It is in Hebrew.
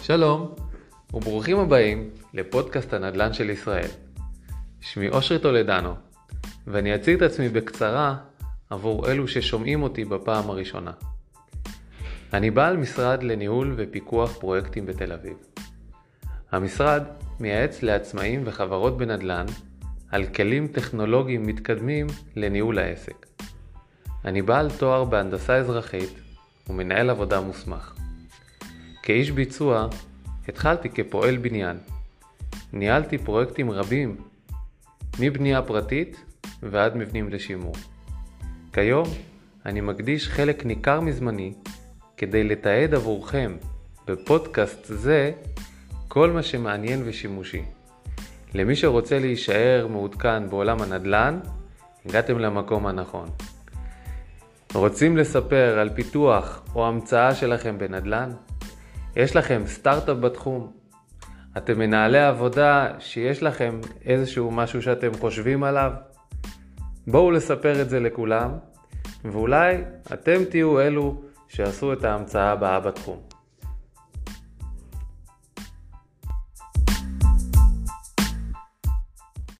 שלום וברוכים הבאים לפודקאסט הנדל"ן של ישראל. שמי אושרי טולדנו ואני אציג את עצמי בקצרה עבור אלו ששומעים אותי בפעם הראשונה. אני בעל משרד לניהול ופיקוח פרויקטים בתל אביב. המשרד מייעץ לעצמאים וחברות בנדל"ן על כלים טכנולוגיים מתקדמים לניהול העסק. אני בעל תואר בהנדסה אזרחית ומנהל עבודה מוסמך. כאיש ביצוע התחלתי כפועל בניין. ניהלתי פרויקטים רבים, מבנייה פרטית ועד מבנים לשימור. כיום אני מקדיש חלק ניכר מזמני כדי לתעד עבורכם בפודקאסט זה כל מה שמעניין ושימושי. למי שרוצה להישאר מעודכן בעולם הנדל"ן, הגעתם למקום הנכון. רוצים לספר על פיתוח או המצאה שלכם בנדל"ן? יש לכם סטארט-אפ בתחום? אתם מנהלי עבודה שיש לכם איזשהו משהו שאתם חושבים עליו? בואו לספר את זה לכולם, ואולי אתם תהיו אלו שעשו את ההמצאה הבאה בתחום.